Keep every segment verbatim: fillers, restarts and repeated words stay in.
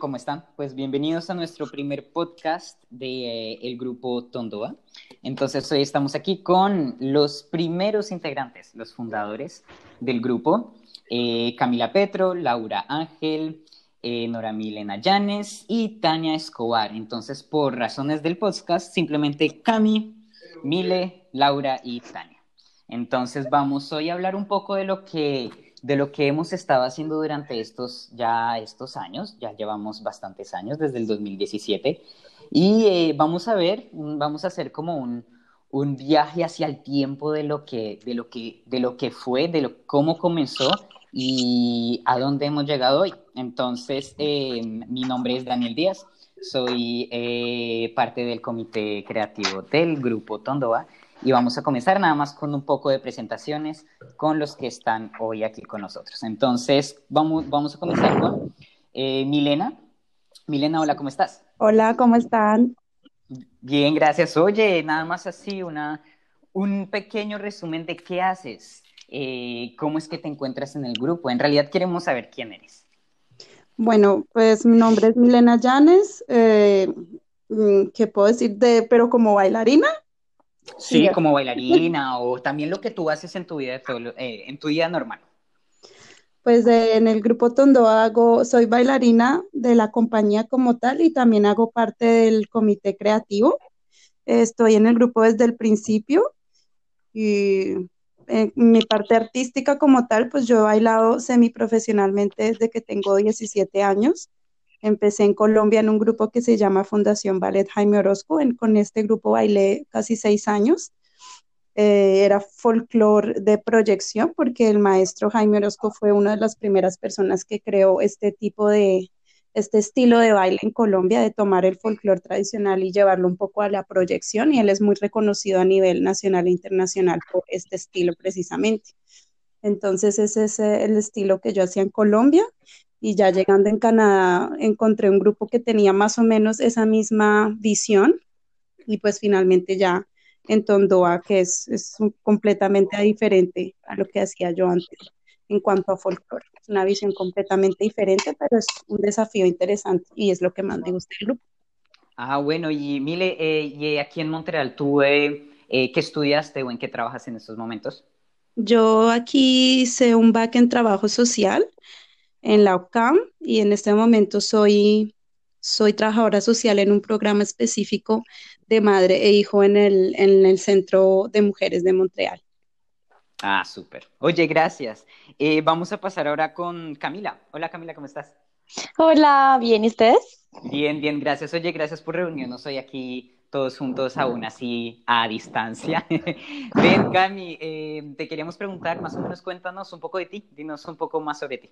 ¿cómo están? Pues bienvenidos a nuestro primer podcast del de, eh, grupo Tondoa. Entonces hoy estamos aquí con los primeros integrantes, los fundadores del grupo, eh, Camila Petro, Laura Ángel, eh, Nora Milena Llanes y Tania Escobar. Entonces por razones del podcast, simplemente Cami, Mile, Laura y Tania. Entonces vamos hoy a hablar un poco de lo que de lo que hemos estado haciendo durante estos, ya estos años, ya llevamos bastantes años, desde el dos mil diecisiete, y eh, vamos a ver, vamos a hacer como un, un viaje hacia el tiempo de lo que, de lo que, de lo que fue, de lo, cómo comenzó y a dónde hemos llegado hoy. Entonces, eh, mi nombre es Daniel Díaz, soy eh, parte del comité creativo del grupo Tondoa, y vamos a comenzar nada más con un poco de presentaciones con los que están hoy aquí con nosotros. Entonces, vamos, vamos a comenzar con eh, Milena. Milena, hola, ¿cómo estás? Hola, ¿cómo están? Bien, gracias. Oye, nada más así, una, un pequeño resumen de qué haces, eh, cómo es que te encuentras en el grupo. En realidad queremos saber quién eres. Bueno, pues mi nombre es Milena Llanes. Eh, mm, ¿qué puedo decir de, pero como bailarina? Sí, Sí, como bailarina o también lo que tú haces en tu vida, eh, en tu vida normal. pues eh, en el grupo Tondo hago, soy bailarina de la compañía como tal y también hago parte del comité creativo. Estoy en el grupo desde el principio y en mi parte artística como tal, pues yo he bailado semiprofesionalmente desde que tengo diecisiete años. Empecé en Colombia en un grupo que se llama Fundación Ballet Jaime Orozco. En- con este grupo bailé casi seis años. Eh, era folclore de proyección porque el maestro Jaime Orozco fue una de las primeras personas que creó este tipo de, este estilo de baile en Colombia, de tomar el folclore tradicional y llevarlo un poco a la proyección, y él es muy reconocido a nivel nacional e internacional por este estilo precisamente. Entonces ese es eh, el estilo que yo hacía en Colombia, y ya llegando en Canadá encontré un grupo que tenía más o menos esa misma visión, y pues finalmente ya en Tondoa, que es, es un- completamente diferente a lo que hacía yo antes en cuanto a folclore. Es una visión completamente diferente, pero es un desafío interesante y es lo que más me gusta del grupo. Ah, bueno, y Mile, eh, y aquí en Montreal, ¿tú eh, eh, qué estudiaste o en qué trabajas en estos momentos? Yo aquí hice un back en trabajo social en la U C A M, y en este momento soy, soy trabajadora social en un programa específico de madre e hijo en el, en el Centro de Mujeres de Montreal. Ah, súper. Oye, gracias. Eh, vamos a pasar ahora con Camila. Hola Camila, ¿cómo estás? Hola, ¿bien y ustedes? Bien, bien, gracias. Oye, gracias por reunirnos hoy aquí todos juntos aún así a distancia. Ven, Cami, eh, te queríamos preguntar, más o menos cuéntanos un poco de ti, dinos un poco más sobre ti.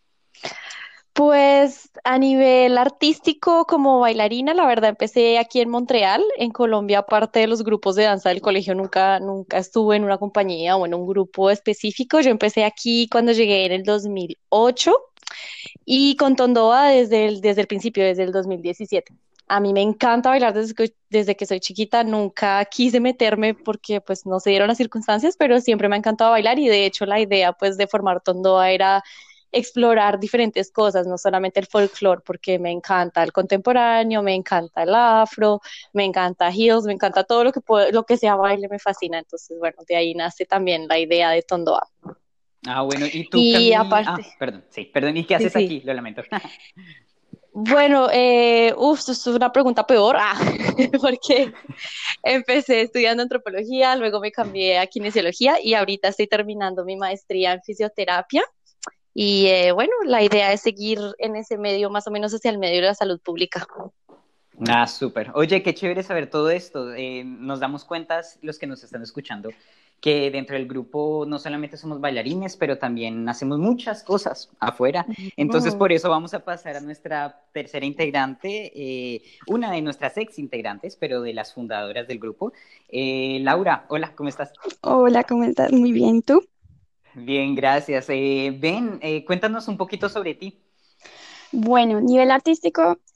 Pues a nivel artístico, como bailarina, la verdad empecé aquí en Montreal, en Colombia, aparte de los grupos de danza del colegio, nunca, nunca estuve en una compañía o en un grupo específico. Yo empecé aquí cuando llegué en el dos mil ocho y con Tondoa desde el, desde el principio, desde el dos mil diecisiete. A mí me encanta bailar desde que, desde que soy chiquita, nunca quise meterme porque pues no se dieron las circunstancias, pero siempre me ha encantado bailar, y de hecho la idea pues de formar Tondoa era explorar diferentes cosas, no solamente el folclore, porque me encanta el contemporáneo, me encanta el afro, me encanta heels, me encanta todo lo que puede, lo que sea baile, me fascina. Entonces, bueno, de ahí nace también la idea de Tondoa. Ah, bueno, y tú, Y Cami, aparte, ah, perdón, sí, perdón, ¿y qué sí, haces sí. aquí? Lo lamento. Bueno, eh, uf, esto es una pregunta peor, ah, porque empecé estudiando antropología, luego me cambié a kinesiología y ahorita estoy terminando mi maestría en fisioterapia. Y eh, bueno, la idea es seguir en ese medio, más o menos hacia el medio de la salud pública. Ah, súper. Oye, qué chévere saber todo esto. Eh, nos damos cuenta, los que nos están escuchando, que dentro del grupo no solamente somos bailarines, pero también hacemos muchas cosas afuera. Entonces, Mm. por eso vamos a pasar a nuestra tercera integrante, eh, una de nuestras ex integrantes, pero de las fundadoras del grupo. Eh, Laura, hola, ¿cómo estás? Hola, ¿cómo estás? Muy bien, ¿y tú? Bien, gracias. Eh, ven, eh, cuéntanos un poquito sobre ti. Bueno, nivel artístico,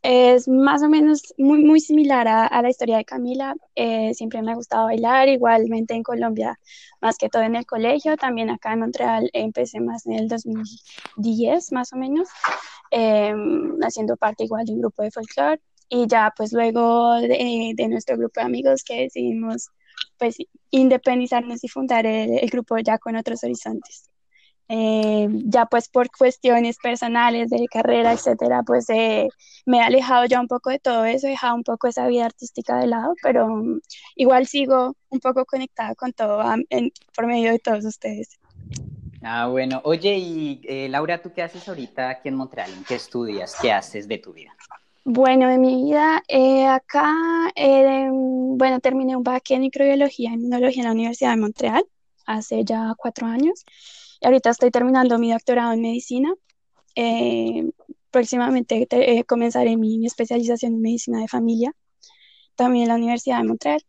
Es más o menos muy, muy similar a, a la historia de Camila. Eh, siempre me ha gustado bailar, igualmente en Colombia, más que todo en el colegio. También acá en Montreal empecé más en el dos mil diez, más o menos, eh, haciendo parte igual de un grupo de folclore. Y ya pues luego de, de nuestro grupo de amigos que decidimos pues independizarnos y fundar el, el grupo ya con otros horizontes. Eh, ya pues por cuestiones personales de carrera, etcétera, pues eh, me he alejado ya un poco de todo eso, he dejado un poco esa vida artística de lado, pero um, igual sigo un poco conectada con todo um, en, por medio de todos ustedes. Ah, bueno. Oye, y eh, Laura, ¿tú qué haces ahorita aquí en Montreal? ¿En qué estudias? ¿Qué haces de tu vida? Bueno, de mi vida, eh, acá, eh, bueno, terminé un bac en microbiología y inmunología en la Universidad de Montreal hace ya cuatro años. Y ahorita estoy terminando mi doctorado en medicina. Eh, próximamente te- eh, comenzaré mi, mi especialización en medicina de familia, también en la Universidad de Montreal.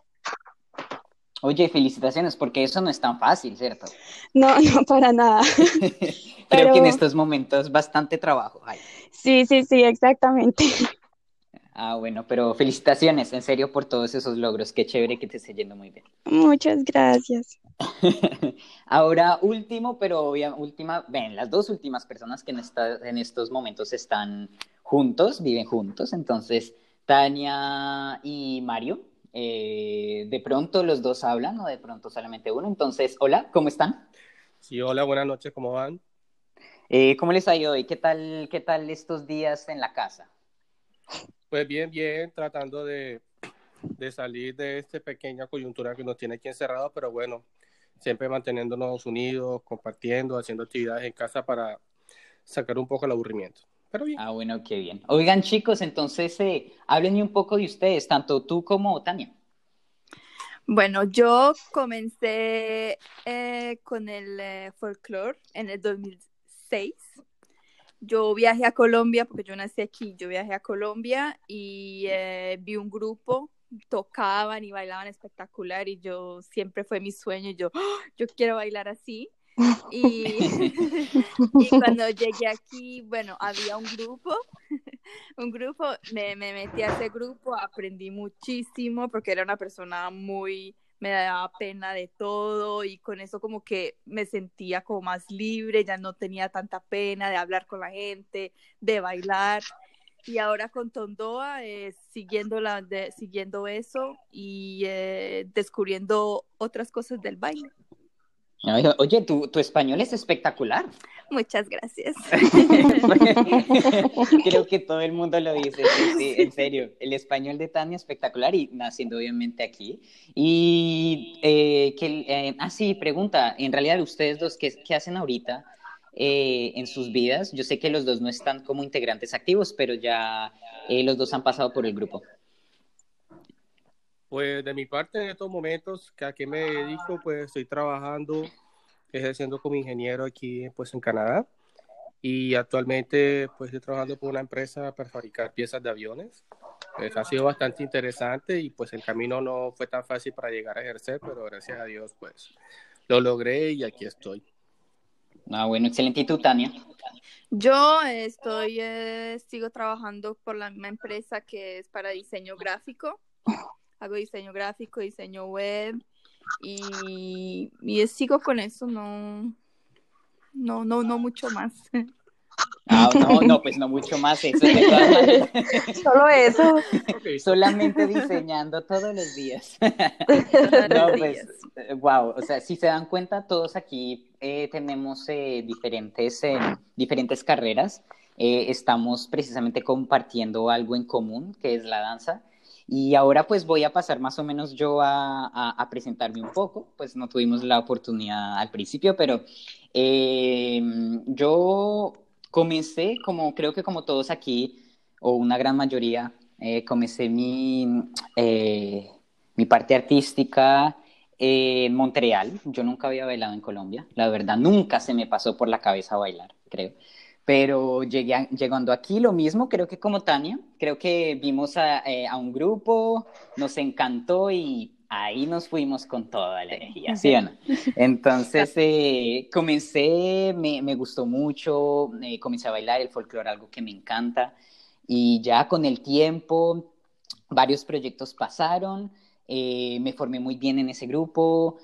Oye, felicitaciones, porque eso no es tan fácil, ¿cierto? No, no para nada, Creo que en pero estos momentos bastante trabajo hay. sí, sí, sí, exactamente. Ah, bueno, pero felicitaciones, en serio, por todos esos logros. Qué chévere que te esté yendo muy bien. Muchas gracias. Ahora, último, pero obvia, última, ven, las dos últimas personas que en, esta, en estos momentos están juntos, viven juntos, entonces Tania y Mario, eh, de pronto los dos hablan o de pronto solamente uno, entonces, hola, ¿cómo están? Sí, hola, buenas noches, ¿cómo van? Eh, ¿cómo les ha ido hoy? ¿Qué tal, qué tal estos días en la casa? Pues bien, bien, tratando de, de salir de esta pequeña coyuntura que nos tiene aquí encerrados, pero bueno, siempre manteniéndonos unidos, compartiendo, haciendo actividades en casa para sacar un poco el aburrimiento. Pero bien. Ah, bueno, qué bien. Oigan, chicos, entonces, eh, háblenme un poco de ustedes, tanto tú como Tania. Bueno, yo comencé eh, con el eh, folclore en el dos mil seis. Yo viajé a Colombia, porque yo nací aquí, yo viajé a Colombia y eh, vi un grupo, tocaban y bailaban espectacular y yo siempre fue mi sueño, y yo, ¡oh! Yo quiero bailar así. Y, y cuando llegué aquí, bueno, había un grupo, un grupo, me, me metí a ese grupo, aprendí muchísimo porque era una persona muy, me daba pena de todo y con eso como que me sentía como más libre, ya no tenía tanta pena de hablar con la gente, de bailar. Y ahora con Tondoa, eh, siguiendo, la, de, siguiendo eso y eh, descubriendo otras cosas del baile. Oye, tu, tu español es espectacular. Muchas gracias. Creo que todo el mundo lo dice, sí, sí, en serio. El español de Tania es espectacular y naciendo obviamente aquí. Y, eh, que, eh, ah, sí, pregunta, en realidad ustedes dos, ¿qué, qué hacen ahorita eh, en sus vidas? Yo sé que los dos no están como integrantes activos, pero ya eh, los dos han pasado por el grupo. Pues de mi parte en estos momentos, ¿a qué me dedico? Pues estoy trabajando, ejerciendo como ingeniero aquí pues en Canadá y actualmente pues estoy trabajando por una empresa para fabricar piezas de aviones. Pues ha sido bastante interesante y pues el camino no fue tan fácil para llegar a ejercer, pero gracias a Dios pues lo logré y aquí estoy. Ah, bueno, excelente. ¿Y tú, Tania? Yo estoy, eh, sigo trabajando por la misma empresa que es para diseño gráfico. Hago diseño gráfico, diseño web y, y sigo con eso, no, no, no, no mucho más. Ah, no, no, pues no mucho más eso, de todas maneras. Solo eso. Okay, so- Solamente diseñando todos los días. Todos No, los pues, días. wow, o sea, si se dan cuenta, todos aquí eh, tenemos eh, diferentes, eh, diferentes carreras. Eh, estamos precisamente compartiendo algo en común, que es la danza. Y ahora pues voy a pasar más o menos yo a, a, a presentarme un poco, pues no tuvimos la oportunidad al principio, pero eh, yo comencé, como creo que como todos aquí, o una gran mayoría, eh, comencé mi, eh, mi parte artística eh, en Montreal. Yo nunca había bailado en Colombia, la verdad, nunca se me pasó por la cabeza bailar, creo. Pero llegué a- llegando aquí, lo mismo, creo que como Tania, creo que vimos a, eh, a un grupo, nos encantó y ahí nos fuimos con toda la energía, ¿sí o no? Entonces eh, comencé, me, me gustó mucho, eh, comencé a bailar el folclore, algo que me encanta. Y ya con el tiempo, varios proyectos pasaron, eh, me formé muy bien en ese grupo,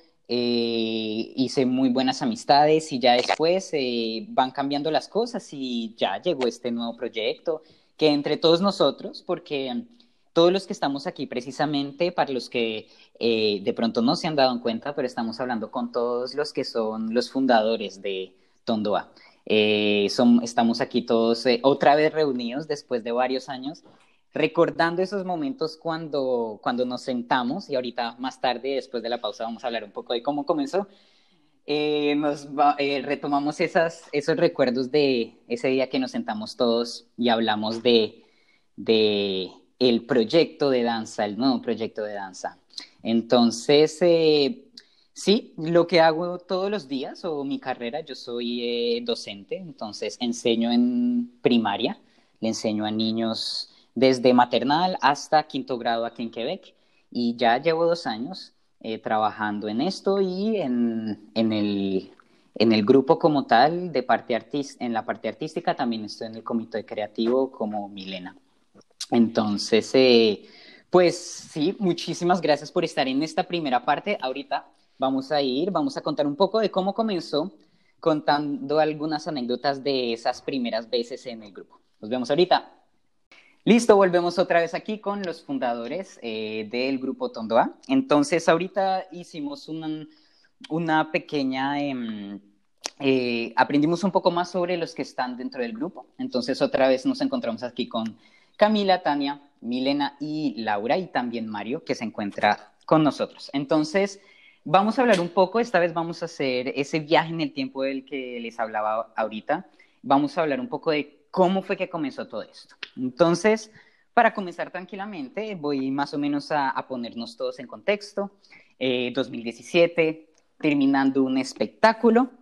eh, hice muy buenas amistades y ya después eh, van cambiando las cosas y ya llegó este nuevo proyecto que entre todos nosotros, porque todos los que estamos aquí precisamente, para los que eh, de pronto no se han dado cuenta, pero estamos hablando con todos los que son los fundadores de Tondoa. Eh, son, estamos aquí todos eh, otra vez reunidos después de varios años, recordando esos momentos cuando, cuando nos sentamos, y ahorita más tarde, después de la pausa, vamos a hablar un poco de cómo comenzó. Eh, nos va, eh, retomamos esas, esos recuerdos de ese día que nos sentamos todos y hablamos de, de el proyecto de danza, el nuevo proyecto de danza. Entonces, eh, sí, lo que hago todos los días o mi carrera, yo soy eh, docente, entonces enseño en primaria, le enseño a niños desde maternal hasta quinto grado aquí en Quebec y ya llevo dos años eh, trabajando en esto y en, en, el, en el grupo como tal, de parte artis- en la parte artística también estoy en el comité creativo como Milena. Entonces, eh, pues sí, muchísimas gracias por estar en esta primera parte. Ahorita vamos a ir, vamos a contar un poco de cómo comenzó, contando algunas anécdotas de esas primeras veces en el grupo. Nos vemos ahorita. Listo, volvemos otra vez aquí con los fundadores eh, del grupo Tondoa. Entonces, ahorita hicimos una, una pequeña... Eh, eh, aprendimos un poco más sobre los que están dentro del grupo. Entonces, otra vez nos encontramos aquí con Camila, Tania, Milena y Laura, y también Mario, que se encuentra con nosotros. Entonces, vamos a hablar un poco, esta vez vamos a hacer ese viaje en el tiempo del que les hablaba ahorita. Vamos a hablar un poco de cómo fue que comenzó todo esto. Entonces, para comenzar tranquilamente, voy más o menos a, a ponernos todos en contexto. Eh, dos mil diecisiete, terminando un espectáculo,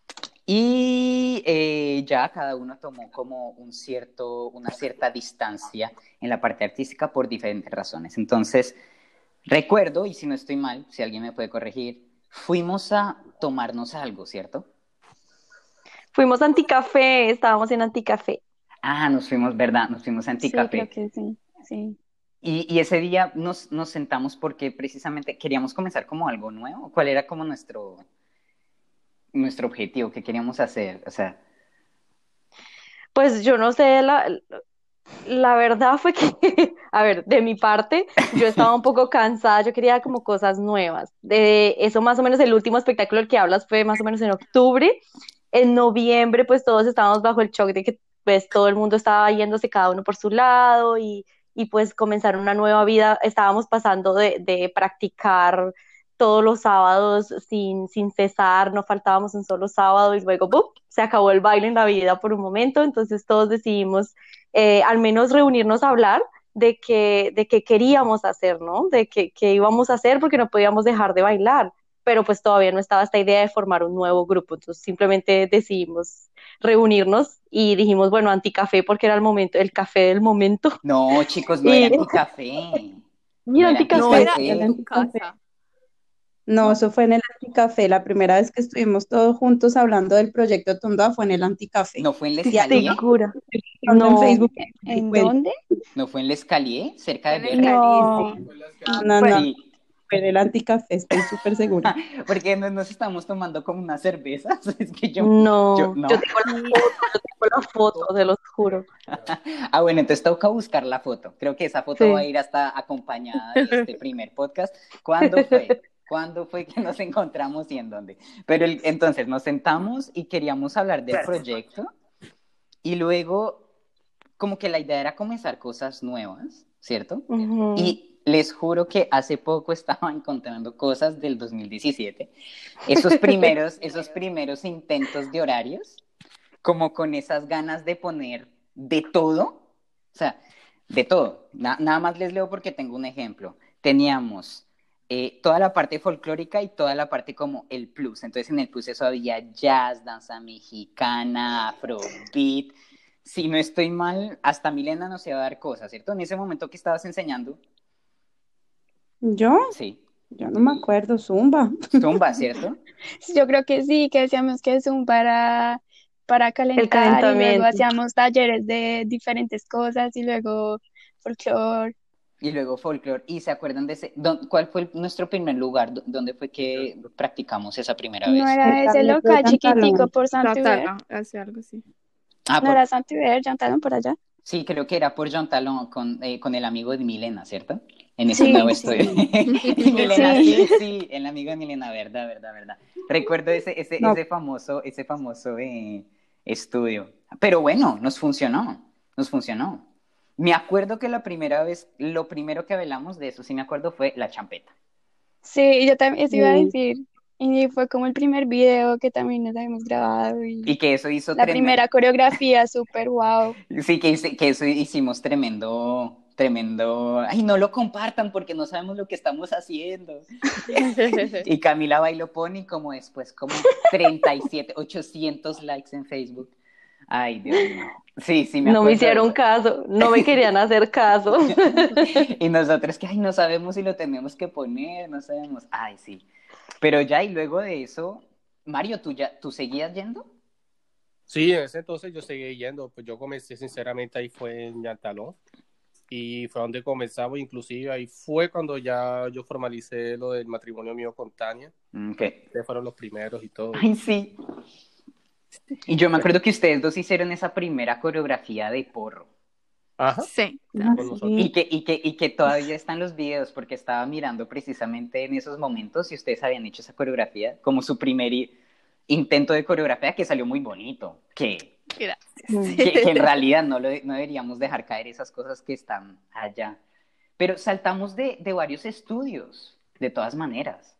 y eh, ya cada uno tomó como un cierto, una cierta distancia en la parte artística por diferentes razones. Entonces, recuerdo, y si no estoy mal, si alguien me puede corregir, fuimos a tomarnos algo, ¿cierto? Fuimos a Anticafé, estábamos en Anticafé. Ah, nos fuimos, ¿verdad? Nos fuimos a Sí, Anticafé. creo que sí, sí. Y, y ese día nos, nos sentamos porque precisamente queríamos comenzar como algo nuevo. ¿Cuál era como nuestro, nuestro objetivo? ¿Qué queríamos hacer? O sea, Pues yo no sé, la, la verdad fue que, a ver, de mi parte, yo estaba un poco cansada, yo quería como cosas nuevas. De eso más o menos el último espectáculo del que hablas fue más o menos en octubre. En noviembre, pues todos estábamos bajo el shock de que pues todo el mundo estaba yéndose cada uno por su lado y, y pues comenzar una nueva vida. Estábamos pasando de, de practicar todos los sábados sin, sin cesar, no faltábamos un solo sábado y luego ¡bum! Se acabó el baile en la vida por un momento, entonces todos decidimos eh, al menos reunirnos a hablar de qué de qué queríamos hacer, ¿no? De qué, qué íbamos a hacer porque no podíamos dejar de bailar, pero pues todavía no estaba esta idea de formar un nuevo grupo, entonces simplemente decidimos reunirnos y dijimos, bueno, Anticafé porque era el momento, el café del momento. no, chicos, no Y era Anticafé. y No era Anticafé. No era Anticafé. en tu casa. No, No. eso fue en el Anticafé. La primera vez que estuvimos todos juntos hablando del proyecto Tondoa fue en el Anticafé. ¿No fue en Ya L'Escalier? Segura. en No. Facebook. ¿En Cuenta. dónde? ¿No fue en L'Escalier? Cerca de En el Berre. No. Cali, No, no, Sí, fue en el Anticafé, estoy súper segura. porque no nos estamos tomando como unas cervezas. Es que yo, No, yo, no. yo tengo la Sí. foto, yo tengo la foto, se los juro. Ah, bueno, entonces toca buscar la foto. Creo que esa foto Sí. va a ir hasta acompañada de este primer podcast. ¿Cuándo fue? ¿Cuándo fue que nos encontramos y en dónde? Pero el- entonces nos sentamos y queríamos hablar del proyecto y luego como que la idea era comenzar cosas nuevas, ¿cierto? Ujú. Y les juro que hace poco estaba encontrando cosas del dos mil diecisiete, esos primeros, esos primeros intentos de horarios, como con esas ganas de poner de todo, o sea, de todo. Na- nada más les leo porque tengo un ejemplo. Teníamos eh, toda la parte folclórica y toda la parte como el plus. Entonces en el plus eso había jazz, danza mexicana, afrobeat. Si no estoy mal, hasta Milena nos iba a dar cosas, ¿cierto? En ese momento que estabas enseñando, ¿Yo? sí, Yo no me acuerdo, Zumba. Zumba, ¿cierto? Yo creo que sí, que decíamos que Zoom para, para calentar y luego calentamiento. hacíamos talleres de diferentes cosas y luego folclore. Y luego folclore. ¿Y se acuerdan de ese? dó- ¿Cuál fue el- nuestro primer lugar? ¿Dó- ¿Dónde fue que practicamos esa primera ¿No vez? era ese Tablet de local chiquitico Pantalón. por Saint-Hubert? Tratala, hace algo así. Ah, ¿No por, era Saint-Hubert, Jantalón por allá? sí, creo que era por Jean Talon con, eh, con el amigo de Milena, ¿cierto? En ese Sí, nuevo sí, estudio. Y Milena, sí. sí, sí, el amigo de Milena, verdad, verdad, verdad. Recuerdo ese, ese, No, ese famoso, ese famoso eh, estudio. Pero bueno, nos funcionó, nos funcionó. Me acuerdo que la primera vez, lo primero que hablamos de eso, sí me acuerdo, fue la champeta. Sí, yo también eso iba a sí. decir. Y fue como el primer video que también nos habíamos grabado y Y que eso hizo la tremendo. primera coreografía súper wow. Sí, que, hice- que eso hicimos tremendo, tremendo. Ay, no lo compartan porque no sabemos lo que estamos haciendo. Y Camila bailó pony como después, como treinta y siete, ochocientos likes en Facebook. Ay, Dios mío. Sí, sí, me No me acuerdo de hicieron eso. caso, no me querían hacer caso. Y nosotros que, ay, no sabemos si lo tenemos que poner, no sabemos. Ay, sí. Pero ya, y luego de eso, Mario, ¿tú ya, tú seguías yendo? Sí, en ese entonces yo seguí yendo, pues yo comencé sinceramente ahí fue en Yantalón y fue donde comenzamos, inclusive ahí fue cuando ya yo formalicé lo del matrimonio mío con Tania, Mm, ok. ustedes fueron los primeros y todo. Ay, sí. Y yo me acuerdo que ustedes dos hicieron esa primera coreografía de porro. Ajá, Sí. Ah, con nosotros. Y sí. que, y, que, y que todavía están los videos, porque estaba mirando precisamente en esos momentos y ustedes habían hecho esa coreografía como su primer i- intento de coreografía que salió muy bonito. Que, Gracias. Mm. que, que en realidad no, lo, no deberíamos dejar caer esas cosas que están allá. Pero saltamos de, de varios estudios, de todas maneras.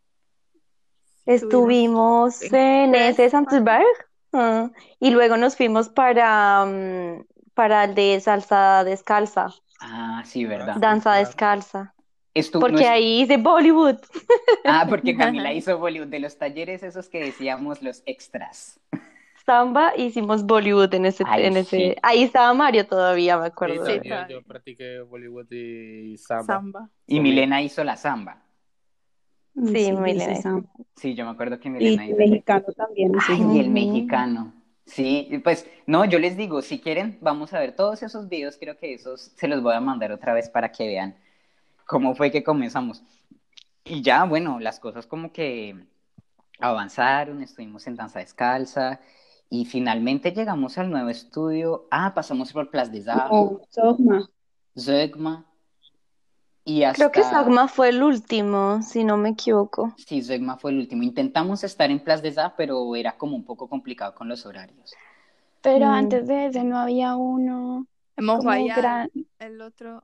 Estuvimos en ese Santos-Berg, ah, y luego nos fuimos para, mm, para el de salsa descalza, Ah, sí, verdad. danza claro. descalza, Estu- no porque es- ahí hice Bollywood. Ah, porque Camila hizo Bollywood, de los talleres esos que decíamos los extras. Samba, hicimos Bollywood en ese, Ay, en ese, sí. ahí estaba Mario todavía, me Sí, acuerdo. Sí, también todavía. yo practiqué Bollywood y samba. Samba. Y Conmigo. Milena hizo la samba. Mm, Sí, sí, Milena hice hizo. esa. Sí, yo me acuerdo que Y Milena hizo. mexicano también Ay, hicimos. el Ujú. mexicano. Sí, pues no, yo les digo, si quieren, vamos a ver todos esos videos, creo que esos se los voy a mandar otra vez para que vean cómo fue que comenzamos. Y ya, bueno, las cosas como que avanzaron, estuvimos en danza descalza y finalmente llegamos al nuevo estudio. Ah, pasamos por Place des Arts, No, Sogma. Zeugma y Creo que hasta... Sagma fue el último, si no me equivoco. Sí, Zeugma fue el último. Intentamos estar en Place des Arts, pero era como un poco complicado con los horarios. Pero Mm. antes de ese no había uno En como Montreal, gran. el otro.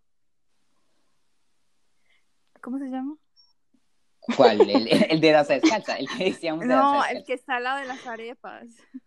¿Cómo se llama? ¿Cuál? El, el de danza descalza, el que decíamos de danza No, descalza. el que está al lado de las arepas.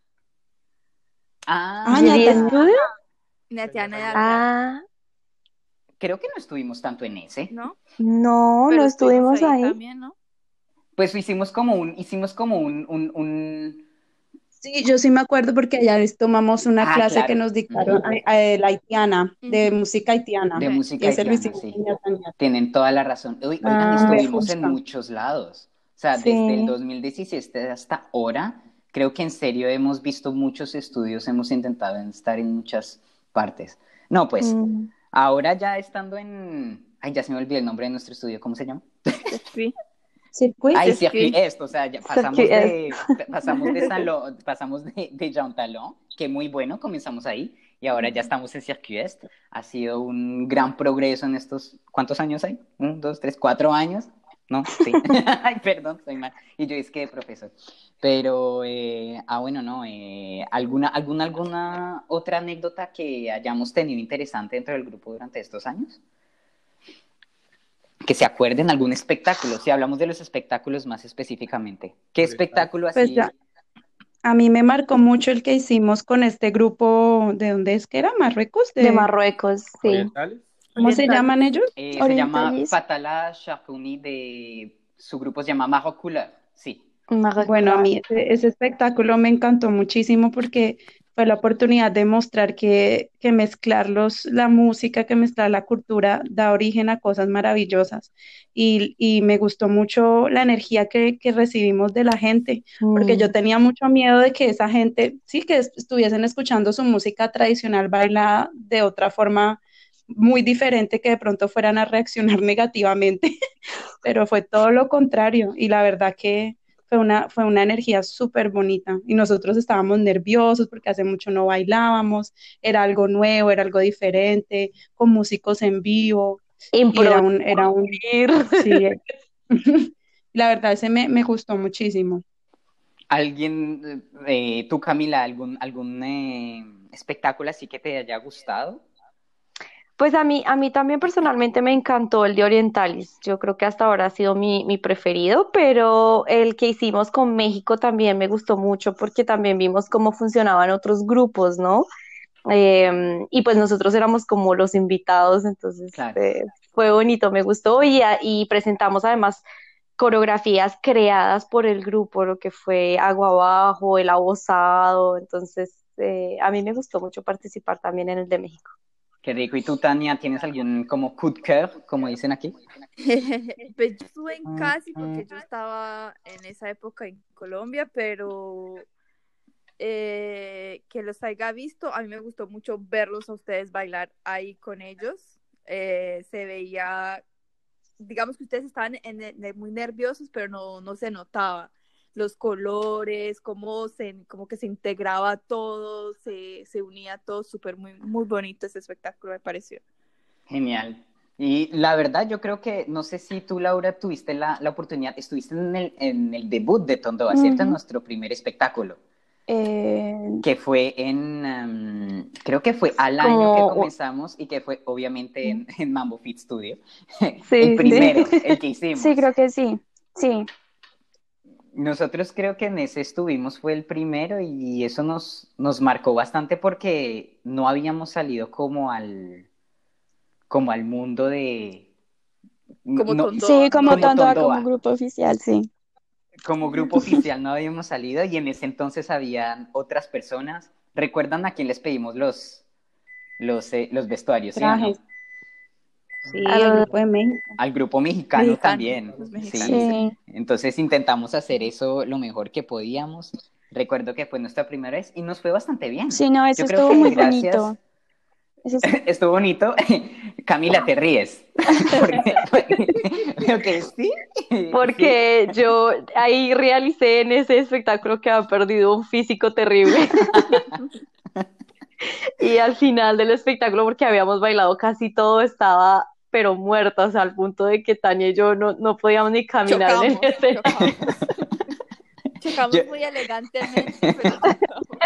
Ah, Ah, ¿Jiri Ñataña. Estudio? Netiana de Alba, Ah, creo que no estuvimos tanto en ese. ¿no? no, Pero no estuvimos ahí. también, ¿no? Pues hicimos como un, hicimos como un, un, un... Sí, yo sí me acuerdo porque allá les tomamos una Ah, clase claro. que nos dictaron, Ujú. a- a- la haitiana, de Ujú. música haitiana. De Sí. música Y ese lo haitiana, hicimos sí. en Ñataña. Tienen toda la razón. Oy- Oigan, Ah, estuvimos en Justa. muchos lados. O sea, desde el sí. dos mil diecisiete hasta ahora, creo que en serio hemos visto muchos estudios, hemos intentado estar en muchas partes. No, pues, Mm. ahora ya estando en... Ay, ya se me olvidó el nombre de nuestro estudio, ¿cómo se llama? Sí. Circuit. Ay, Circuit. Circuit Est, o sea, ya pasamos Circuit de, pasamos de San Lo- pasamos de, de Jean Talon, que muy bueno, comenzamos ahí, y ahora ya estamos en Circuit Est. Ha sido un gran progreso en estos, ¿cuántos años hay? Un, dos, tres, cuatro años, ¿no? Sí. Ay, perdón, soy mal. Y yo es que de profesor. Pero, eh, ah, bueno, no, eh, ¿alguna, alguna, alguna otra anécdota que hayamos tenido interesante dentro del grupo durante estos años? Que se acuerden algún espectáculo, si hablamos de los espectáculos más específicamente. ¿Qué espectáculo Pues así? ya, a mí me marcó mucho el que hicimos con este grupo, ¿de dónde es que era? ¿Marruecos? De De, Marruecos, sí. ¿Orientales? ¿cómo se Orientales. llaman ellos? Eh, se llama Orientalis. Fatala Charcouni, de su grupo se llama Maroc Couleur, sí. Bueno, a Marruecos. mí ese, ese espectáculo me encantó muchísimo porque fue la oportunidad de mostrar que, que mezclar los, la música, que mezclar la cultura da origen a cosas maravillosas. Y, y me gustó mucho la energía que, que recibimos de la gente, porque yo Mm. tenía mucho miedo de que esa gente, sí, que est- estuviesen escuchando su música tradicional bailada de otra forma muy diferente, que de pronto fueran a reaccionar negativamente, pero fue todo lo contrario y la verdad que fue una, fue una energía súper bonita y nosotros estábamos nerviosos porque hace mucho no bailábamos, era algo nuevo, era algo diferente, con músicos en vivo y era un, era un, sí, la verdad ese me, me gustó muchísimo. ¿Alguien, eh, tú Camila, algún, algún eh, espectáculo así que te haya gustado? Pues a mí, a mí también personalmente me encantó el de Orientalis. Yo creo que hasta ahora ha sido mi, mi preferido, pero el que hicimos con México también me gustó mucho porque también vimos cómo funcionaban otros grupos, ¿no? Eh, y pues nosotros éramos como los invitados, entonces Claro. eh, fue bonito, me gustó y, a- y presentamos además coreografías creadas por el grupo, lo que fue Agua Abajo, El Abosado, entonces eh, a mí me gustó mucho participar también en el de México. Qué rico. ¿Y tú, Tania, tienes algún como coup de cœur, como dicen aquí? Pues yo estuve en casi porque yo estaba en esa época en Colombia, pero eh, que los haya visto, a mí me gustó mucho verlos a ustedes bailar ahí con ellos. Eh, se veía, digamos que ustedes estaban en, en, muy nerviosos, pero no, no se notaba. Los colores, cómo, se, cómo que se integraba todo, se, se unía todo, súper muy, muy bonito ese espectáculo, me pareció. Genial. Y la verdad, yo creo que, no sé si tú, Laura, tuviste la, la oportunidad, estuviste en el, en el debut de Tondoa, ¿cierto? En Ujú. nuestro primer espectáculo, Eh, que fue en, um, creo que fue al año que como, comenzamos y que fue obviamente en, en Mambo Fit Studio, el sí, primero, sí. el que Sí, hicimos. creo que sí, sí. Nosotros creo que en ese estuvimos, fue el primero y eso nos, nos marcó bastante porque no habíamos salido como al, como al mundo de... Como No, Tondoa, Sí, no como como habíamos Tondoa, como Tondoa, grupo oficial, sí. como grupo oficial no habíamos salido y en ese entonces habían otras personas. ¿Recuerdan a quién les pedimos los, los, eh, los vestuarios, sí o no? Trajes, sí, el al, grupo de México. Al grupo mexicano mexicano, también, los mexicanos, sí. sí. Sí, Entonces intentamos hacer eso lo mejor que podíamos. Recuerdo que fue nuestra primera vez y nos fue bastante bien. sí, no, eso Yo creo estuvo que muy gracias... bonito. Eso es- Estuvo bonito. Camila, te ríes. Porque, creo que sí, sí. porque yo ahí realicé en ese espectáculo que había perdido un físico terrible y al final del espectáculo, porque habíamos bailado casi todo, estaba pero muerta, o sea, al punto de que Tania y yo no, no podíamos ni caminar en el Chocamos, escenario. chocamos. Yo, Chocamos muy elegantemente, pero chocamos.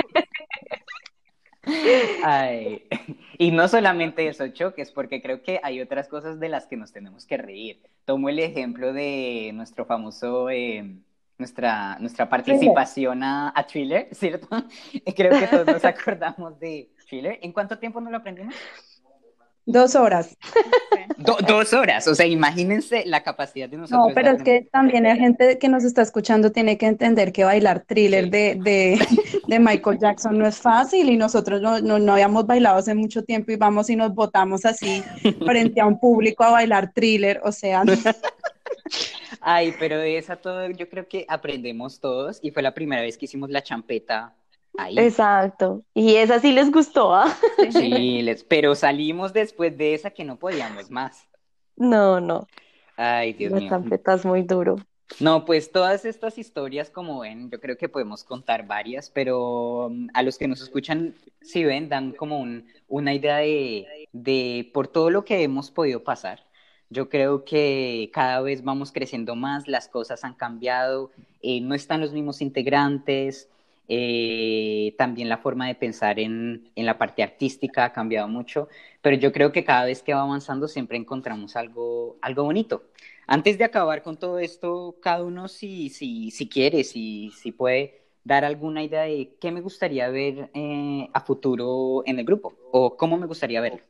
ay, y no solamente eso, choques, porque creo que hay otras cosas de las que nos tenemos que reír. Tomo el ejemplo de nuestro famoso, eh, nuestra, nuestra participación a, a Thriller, ¿cierto? Creo que todos nos acordamos de Thriller. ¿En cuánto tiempo nos lo aprendimos? Dos horas. Do- dos horas, o sea, imagínense la capacidad de No, nosotros de pero es aprender. que también la gente que nos está escuchando tiene que entender que bailar Thriller Sí. de, de, de Michael Jackson no es fácil y nosotros no, no, no habíamos bailado hace mucho tiempo y vamos y nos botamos así frente a un público a bailar Thriller, o sea, Ay, pero de esa todo yo creo que aprendemos todos y fue la primera vez que hicimos la champeta ahí. Exacto. Y esa sí les gustó, ¿ah? Sí, les, pero salimos después de esa que no podíamos más. No, no. Ay, Dios La mío. champeta es muy duro. No, pues todas estas historias, como ven, yo creo que podemos contar varias, pero um, a los que nos escuchan, si ven, dan como un, una idea de, de por todo lo que hemos podido pasar. Yo creo que cada vez vamos creciendo más, las cosas han cambiado, eh, no están los mismos integrantes, eh, también la forma de pensar en, en la parte artística ha cambiado mucho, pero yo creo que cada vez que va avanzando siempre encontramos algo, algo bonito. Antes de acabar con todo esto, cada uno si, si, si quiere, si, si puede dar alguna idea de qué me gustaría ver eh, a futuro en el grupo o cómo me gustaría verlo.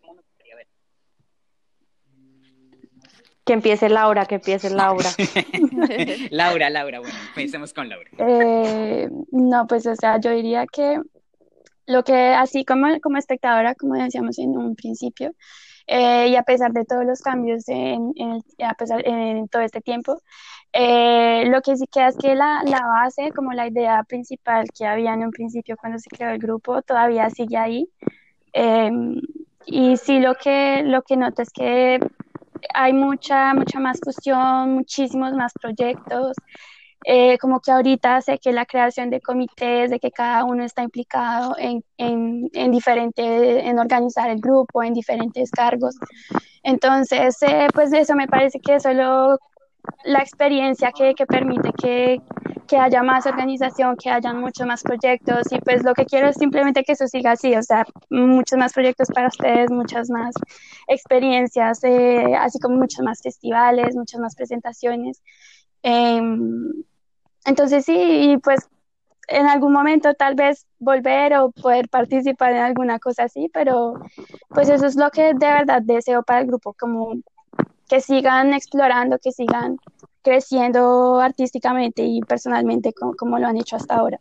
Que empiece Laura, que empiece Laura. Laura, Laura, bueno, empecemos con Laura. Eh, no, pues, o sea, yo diría que lo que así como, como espectadora, como decíamos en un principio, eh, y a pesar de todos los cambios en, en el- a pesar, en todo este tiempo, eh, lo que sí queda es que la, la base, como la idea principal que había en un principio cuando se creó el grupo, todavía sigue ahí. Eh, y sí, lo que, lo que noto es que hay mucha, mucha más fusión, muchísimos más proyectos. Eh, como que ahorita sé que la creación de comités, de que cada uno está implicado en, en, en diferente, en organizar el grupo, en diferentes cargos. Entonces, eh, pues eso me parece que es solo la experiencia que, que permite que, que haya más organización, que hayan muchos más proyectos y pues lo que quiero es simplemente que eso siga así, o sea, muchos más proyectos para ustedes, muchas más experiencias, eh, así como muchos más festivales, muchas más presentaciones. Eh, entonces sí, y pues en algún momento tal vez volver o poder participar en alguna cosa así, pero pues eso es lo que de verdad deseo para el grupo, como que sigan explorando, que sigan creciendo artísticamente y personalmente como, como lo han hecho hasta ahora.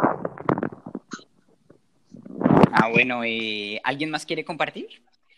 Ah, bueno, eh, ¿alguien más quiere compartir?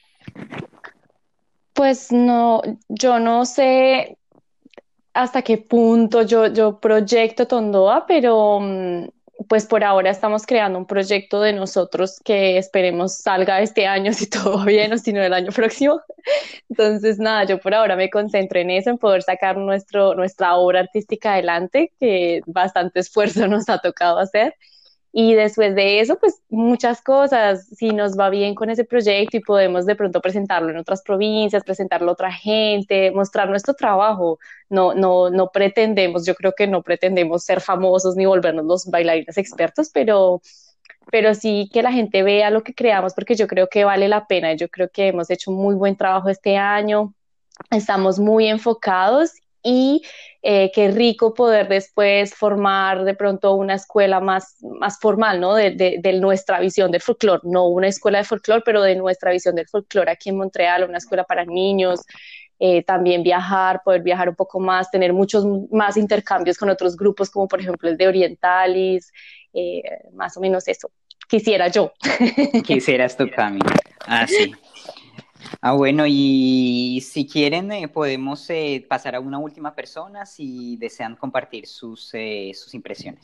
Pues no, yo no sé hasta qué punto yo, yo proyecto Tondoa, pero mm, pues por ahora estamos creando un proyecto de nosotros que esperemos salga este año si todo va bien o si no el año próximo. Entonces, nada, yo por ahora me concentro en eso, en poder sacar nuestro, nuestra obra artística adelante, que bastante esfuerzo nos ha tocado hacer. Y después de eso, pues muchas cosas, si nos va bien con ese proyecto y podemos de pronto presentarlo en otras provincias, presentarlo a otra gente, mostrar nuestro trabajo. No, no, no pretendemos, yo creo que no pretendemos ser famosos ni volvernos los bailarines expertos, pero, pero sí que la gente vea lo que creamos, porque yo creo que vale la pena. Yo creo que hemos hecho un muy buen trabajo este año, estamos muy enfocados y eh, qué rico poder después formar de pronto una escuela más, más formal, ¿no? De, de, de nuestra visión del folclore, no una escuela de folclore, pero de nuestra visión del folclore aquí en Montreal, una escuela para niños, eh, también viajar, poder viajar un poco más, tener muchos más intercambios con otros grupos, como por ejemplo el de Orientalis, eh, más o menos eso. Quisiera yo. Quisieras tu Cami. Ah, sí. Ah, bueno, y si quieren, eh, podemos eh, pasar a una última persona si desean compartir sus, eh, sus impresiones.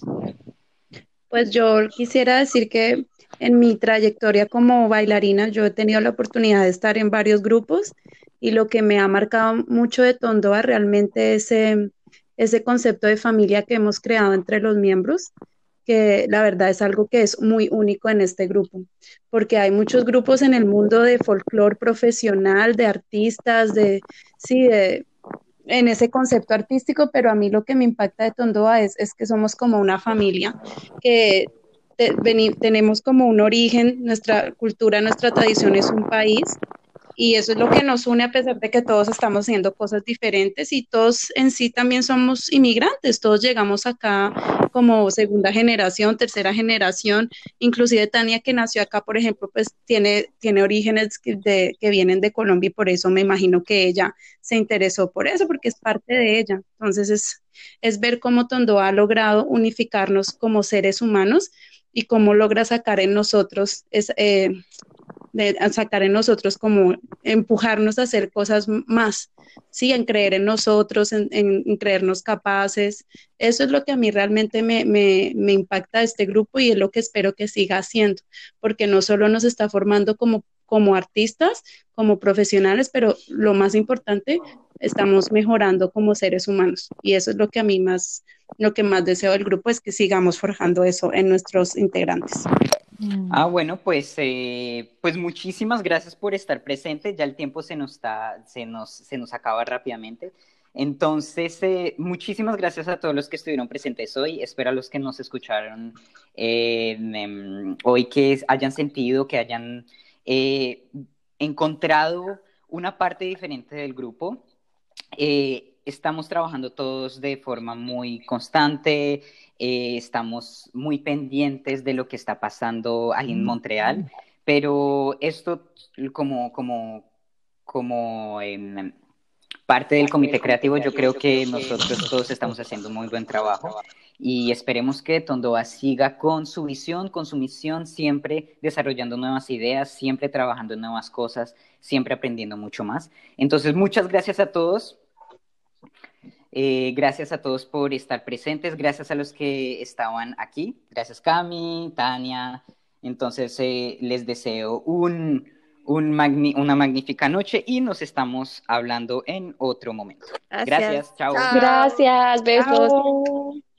Pues yo quisiera decir que en mi trayectoria como bailarina yo he tenido la oportunidad de estar en varios grupos y lo que me ha marcado mucho de Tondoa realmente es ese, ese concepto de familia que hemos creado entre los miembros, que la verdad es algo que es muy único en este grupo, porque hay muchos grupos en el mundo de folclore profesional, de artistas, de, sí, de en ese concepto artístico, pero a mí lo que me impacta de Tondoa es, es que somos como una familia, que te, veni, tenemos como un origen, nuestra cultura, nuestra tradición es un país, y eso es lo que nos une a pesar de que todos estamos haciendo cosas diferentes y todos en sí también somos inmigrantes, todos llegamos acá como segunda generación, tercera generación, inclusive Tania que nació acá, por ejemplo, pues tiene, tiene orígenes que, de, que vienen de Colombia y por eso me imagino que ella se interesó por eso, porque es parte de ella. Entonces es, es ver cómo Tondoa ha logrado unificarnos como seres humanos y cómo logra sacar en nosotros es, eh, de sacar en nosotros como empujarnos a hacer cosas más, sí, en creer en nosotros, en, en, en creernos capaces. Eso es lo que a mí realmente me, me, me impacta de este grupo y es lo que espero que siga haciendo, porque no solo nos está formando como, como artistas, como profesionales, pero lo más importante, estamos mejorando como seres humanos y eso es lo que a mí más, lo que más deseo del grupo es que sigamos forjando eso en nuestros integrantes. Ah, bueno, pues, eh, pues muchísimas gracias por estar presente. Ya el tiempo se nos está, se nos, se nos acaba rápidamente. Entonces, eh, muchísimas gracias a todos los que estuvieron presentes hoy. Espero a los que nos escucharon eh, em, hoy que hayan sentido, que hayan eh, encontrado una parte diferente del grupo. Eh, estamos trabajando todos de forma muy constante, eh, estamos muy pendientes de lo que está pasando ahí en Montreal, pero esto como, como, como, en, parte del comité creativo, yo creo que nosotros todos estamos haciendo un muy buen trabajo y esperemos que Tondoa siga con su visión, con su misión, siempre desarrollando nuevas ideas, siempre trabajando en nuevas cosas, siempre aprendiendo mucho más. Entonces, muchas gracias a todos. Eh, gracias a todos por estar presentes, gracias a los que estaban aquí, gracias Cami, Tania, entonces eh, les deseo un, un magni una magnífica noche y nos estamos hablando en otro momento. Gracias. Gracias, chao. Chao. Gracias, besos. Chao.